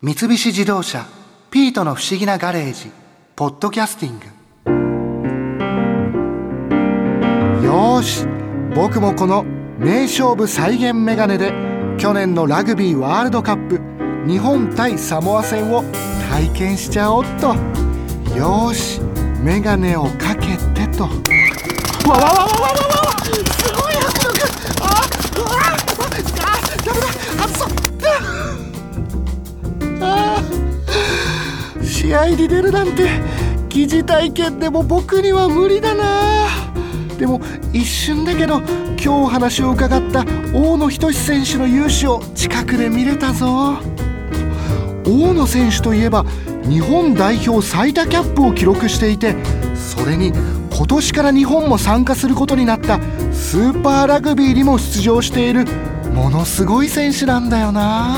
三菱自動車ピートの不思議なガレージポッドキャスティング。よーし、僕もこの名勝負再現メガネで去年のラグビーワールドカップ日本対サモア戦を体験しちゃおっと。よーし、メガネをかけてと。わわわわわわわ、すごい迫力。ダメだ、外そう。試合に出るなんて疑似体験でも僕には無理だな。でも一瞬だけど今日お話を伺った大野仁選手の雄姿を近くで見れたぞ。大野選手といえば日本代表最多キャップを記録していて、それに今年から日本も参加することになったスーパーラグビーにも出場しているものすごい選手なんだよな。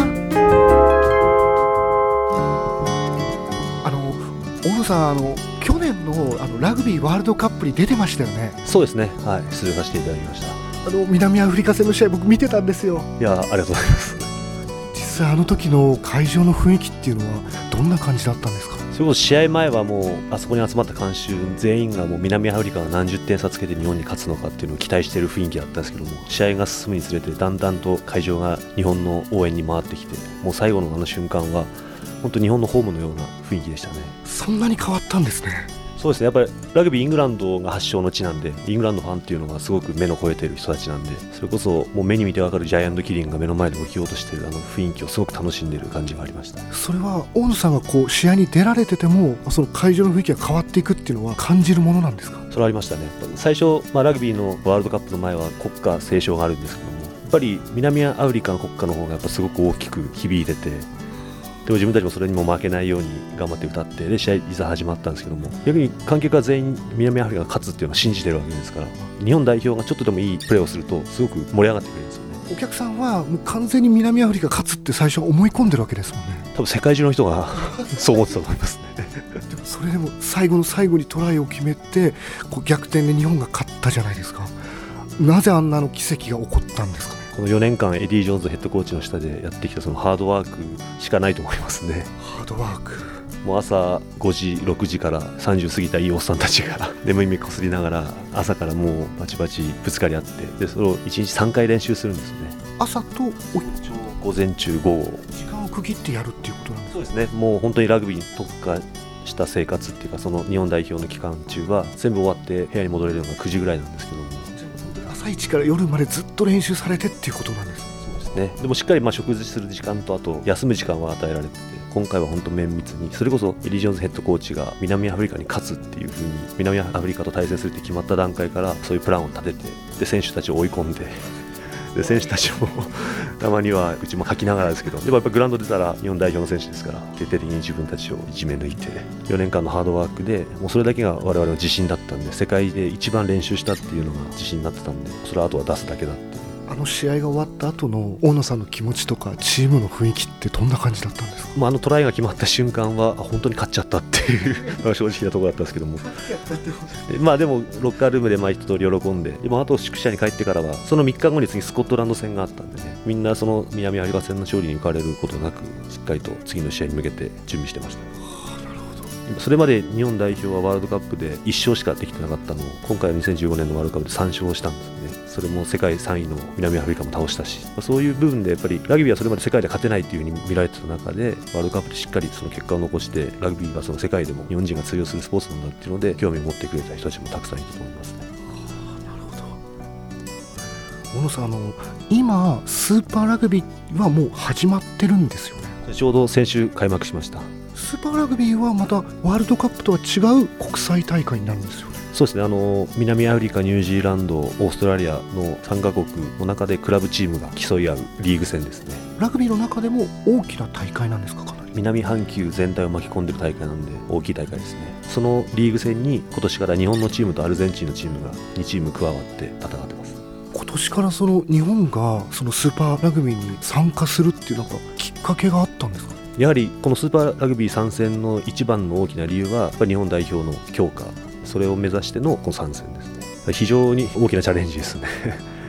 大野さん、去年のラグビーワールドカップに出てましたよね。 そうですね、はい、出場させていただきました。 南アフリカ戦の試合僕見てたんですよ。 いや、ありがとうございます。 実際あの時の会場の雰囲気っていうのはどんな感じだったんですか？ それこそ試合前はもうあそこに集まった観衆全員がもう南アフリカが何十点差つけて日本に勝つのかっていうのを期待している雰囲気だったんですけども、試合が進むにつれてだんだんと会場が日本の応援に回ってきて、もう最後のあの瞬間は本当日本のホームのような雰囲気でしたね。 そんなに変わったんですね。 そうですね、やっぱりラグビーイングランドが発祥の地なんで、イングランドファンっていうのがすごく目の超えている人たちなんで、それこそもう目に見てわかるジャイアントキリングが目の前で起きようとしているあの雰囲気をすごく楽しんでいる感じがありました。 それは大野さんがこう試合に出られててもその会場の雰囲気が変わっていくっていうのは感じるものなんですか？ それはありましたね。最初、ラグビーのワールドカップの前は国歌斉唱があるんですけども、やっぱり南アフリカの国歌の方がやっぱすごく大きく響いてて、でも自分たちもそれにも負けないように頑張って歌って、で試合いざ始まったんですけども、逆に観客が全員南アフリカが勝つっていうのを信じてるわけですから、日本代表がちょっとでもいいプレーをするとすごく盛り上がってくれるんですよね。 お客さんはもう完全に南アフリカ勝つって最初思い込んでるわけですもんね。 多分世界中の人がそう思ってたと思いますね。 でもそれでも最後の最後にトライを決めてこう逆転で日本が勝ったじゃないですか。なぜあんなの奇跡が起こったんですかね？ この4年間エディ・ジョーンズヘッドコーチの下でやってきたそのハードワークしかないと思いますね。 ハードワーク。 もう朝5時6時から30過ぎたいいおっさんたちが眠い目こすりながら朝からもうバチバチぶつかり合って、でそれを1日3回練習するんですね。 朝と午前中午後時間を区切ってやるっていうことなんですか？ そうですね、もう本当にラグビーに特化した生活っていうか、その日本代表の期間中は全部終わって部屋に戻れるのが9時ぐらいなんですけども、 朝一から夜までずっと練習されてっていうことなんですか？ そうですね。でもしっかり食事する時間とあと休む時間は与えられてて、今回は本当綿密に、それこそエディ・ジョーンズヘッドコーチが南アフリカに勝つっていう風に南アフリカと対戦するって決まった段階からそういうプランを立てて、で選手たちを追い込んで、で選手たちもたまにはうちも書きながらですけど、でもやっぱグラウンド出たら日本代表の選手ですから徹底的に自分たちをいじめ抜いて、4年間のハードワークでもうそれだけが我々の自信だったんで、世界で一番練習したっていうのが自信になってたんで、それはあとは出すだけだっていう。 あの試合が終わった後の大野さんの気持ちとかチームの雰囲気ってどんな感じだったんですか？ あのトライが決まった瞬間は本当に勝っちゃったっていうのが正直なところだったんですけどもでもロッカールームで一通り喜んで、でもあと宿舎に帰ってからはその3日後に次スコットランド戦があったんでね、みんなその南アフリカ戦の勝利に浮かれることなくしっかりと次の試合に向けて準備してました。それまで日本代表はワールドカップで1勝しかできてなかったのを、今回は2015年のワールドカップで3勝したんですね。それも世界3位の南アフリカも倒したし、そういう部分でやっぱりラグビーはそれまで世界で勝てないというふうに見られてた中で、ワールドカップでしっかりその結果を残して、ラグビーはその世界でも日本人が通用するスポーツなんだっていうので興味を持ってくれた人たちもたくさんいると思いますね。 なるほど。大野さん、今スーパーラグビーはもう始まってるんですよね。 ちょうど先週開幕しました。 スーパーラグビーはまたワールドカップとは違う国際大会になるんですよね。 そうですね、南アフリカ、ニュージーランド、オーストラリアの3カ国の中でクラブチームが競い合うリーグ戦ですね。 ラグビーの中でも大きな大会なんですか？かなり南半球全体を巻き込んでる大会なんで大きい大会ですね。そのリーグ戦に今年から日本のチームとアルゼンチンのチームが2チーム加わって戦ってます。 今年からその日本がそのスーパーラグビーに参加するっていうきっかけがあったんですか？ やはりこのスーパーラグビー参戦の一番の大きな理由はやっぱり日本代表の強化、それを目指してのこの参戦ですね。非常に大きなチャレンジですね。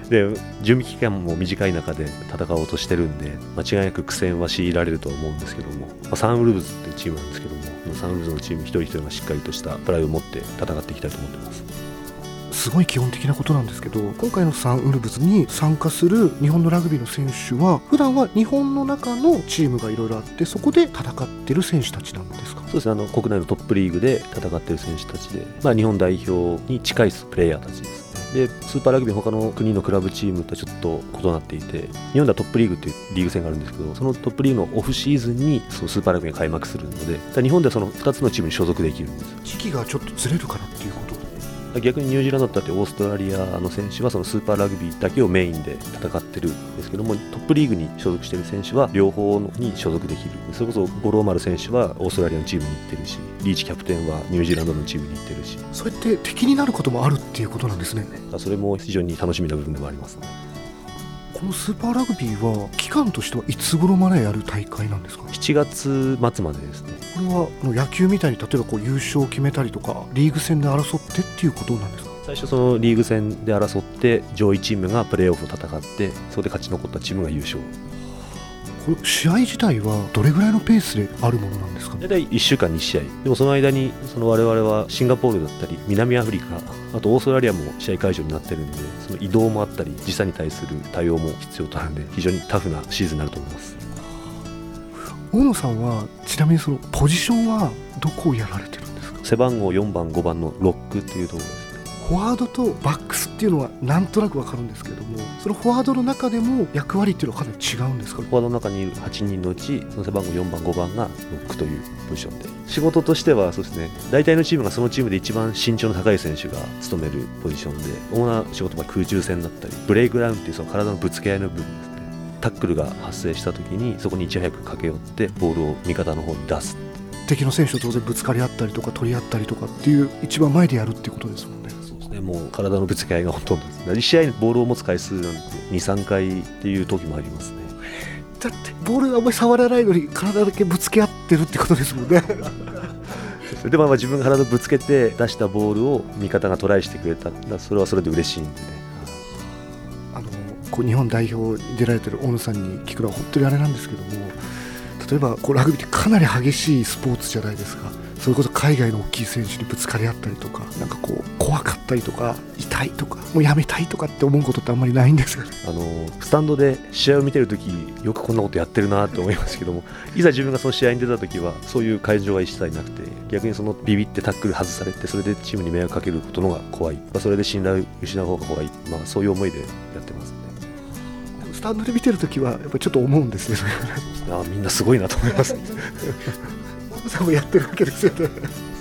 で準備期間も短い中で戦おうとしてるんで、間違いなく苦戦は強いられるとは思うんですけども、サンウルブズっていうチームなんですけども、サンウルブズのチーム一人一人がしっかりとしたプライドを持って戦っていきたいと思ってます。 すごい基本的なことなんですけど、今回のサンウルブズに参加する日本のラグビーの選手は普段は日本の中のチームがいろいろあって、そこで戦ってる選手たちなんですか？ そうですね、国内のトップリーグで戦っている選手たちで、日本代表に近いプレイヤーたちですね。でスーパーラグビー他の国のクラブチームとはちょっと異なっていて、日本ではトップリーグっていうリーグ戦があるんですけど、そのトップリーグのオフシーズンにそのスーパーラグビーが開幕するので、日本ではその2つのチームに所属できるんです。 時期がちょっとずれるからっていうこと？ 逆にニュージーランドだってオーストラリアの選手はそのスーパーラグビーだけをメインで戦ってるんですけども、トップリーグに所属している選手は両方に所属できる。それこそ五郎丸選手はオーストラリアのチームに行ってるし、リーチキャプテンはニュージーランドのチームに行ってるし、 それって敵になることもあるっていうことなんですね。 それも非常に楽しみな部分でもありますね。 このスーパーラグビーは期間としてはいつ頃までやる大会なんですか ？7月末までですね。 これは野球みたいに例えば優勝を決めたりとかリーグ戦で争ってっていうことなんですか？ 最初そのリーグ戦で争って上位チームがプレーオフを戦って、そこで勝ち残ったチームが優勝。 これ試合自体はどれぐらいのペースであるものなんですか？ 大体1週間に1試合でも、その間にその我々はシンガポールだったり南アフリカ、あとオーストラリアも試合会場になってるんで、その移動もあったり時差に対する対応も必要となるんで、非常にタフなシーズンになると思います。 大野さんはちなみにそのポジションはどこをやられてるんですか？ 背番号4番5番のロックっていうところですね。 フォワードとバックスっていうのはなんとなく分かるんですけれども、そのフォワードの中でも役割っていうのはかなり違うんですか？ フォワードの中にいる8人のうち、その背番号4番5番がロックというポジションで、仕事としてはそうですね、大体のチームがそのチームで一番身長の高い選手が務めるポジションで、主な仕事は空中戦だったりブレイクダウンっていうその体のぶつけ合いの部分ですね。タックルが発生した時にそこにいち早く駆け寄ってボールを味方の方に出す。敵の選手と当然ぶつかり合ったりとか取り合ったりとかっていう一番前でやるっていうことですもんね。そうですね、もう体のぶつけ合いがほとんどです。1試合にボールを持つ回数なんて 2,3 回っていう時もありますね。 だってボールがあんまり触らないのに体だけぶつけ合ってるってことですもんね。 でも自分が体をぶつけて出したボールを味方がトライしてくれた、それはそれで嬉しいんでね。 日本代表に出られてる大野さんに聞くのは本当にあれなんですけども、例えばラグビーってかなり激しいスポーツじゃないですか。それこそ海外の大きい選手にぶつかり合ったりとか、なんか怖かったりとか痛いとかもうやめたいとかって思うことってあんまりないんですよね。 スタンドで試合を見てるときよくこんなことやってるなと思いますけども、いざ自分がその試合に出たときはそういう会場は一切なくて、逆にそのビビってタックル外されて、それでチームに迷惑かけることのが怖い、それで信頼を失う方が怖い、そういう思いでやってますね。 スタンドで見てるときはやっぱりちょっと思うんですね。 みんなすごいなと思います。 大野さんもやってるわけですよね。でも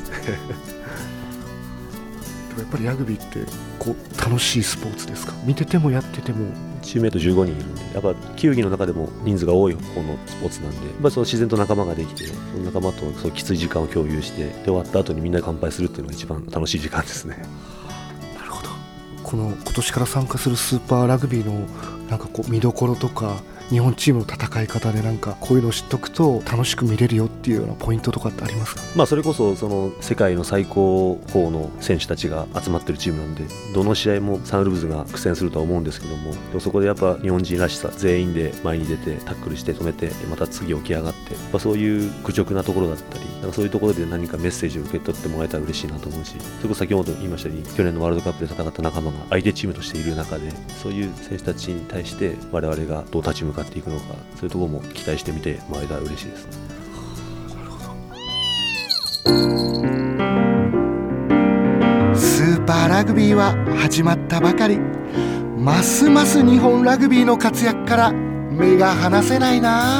やっぱりラグビーって楽しいスポーツですか？見ててもやってても。 チームメイト15人いるんで、やっぱ球技の中でも人数が多い方のスポーツなんで、その自然と仲間ができて、その仲間とそうきつい時間を共有して、で終わった後にみんなで乾杯するっていうのが一番楽しい時間ですね。 なるほど。今年から参加するスーパーラグビーのなんか見どころとか、日本チームの戦い方でなんかこういうのを知っておくと楽しく見れるよっていうようなポイントとかってありますか？ それこそその世界の最高峰の選手たちが集まってるチームなんで、どの試合もサンウルブズが苦戦するとは思うんですけども、でもそこでやっぱ日本人らしさ、全員で前に出てタックルして止めて、また次起き上がって、そういう愚直なところだったり、そういうところで何かメッセージを受け取ってもらえたら嬉しいなと思うし、それこそ先ほど言いましたように去年のワールドカップで戦った仲間が相手チームとしている中で、そういう選手たちに対して我々がどう立ち向かっていくのか、そういうところも期待してみてもらえたら嬉しいですね。 なるほど。スーパーラグビーは始まったばかり。ますます日本ラグビーの活躍から目が離せないな。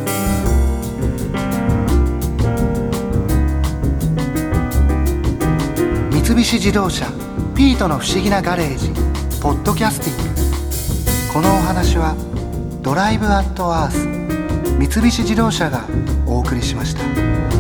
三菱自動車ピートの不思議なガレージポッドキャスティング。このお話はドライブアットアース三菱自動車がお送りしました。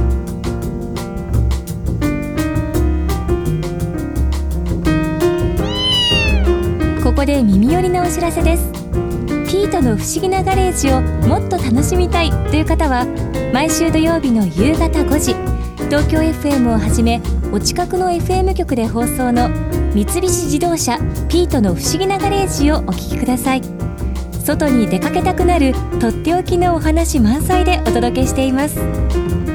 ここで耳寄りなお知らせです。ピートの不思議なガレージをもっと楽しみたいという方は、毎週土曜日の夕方5時、東京 FM をはじめお近くの FM 局で放送の三菱自動車ピートの不思議なガレージをお聞きください。外に出かけたくなるとっておきのお話満載でお届けしています。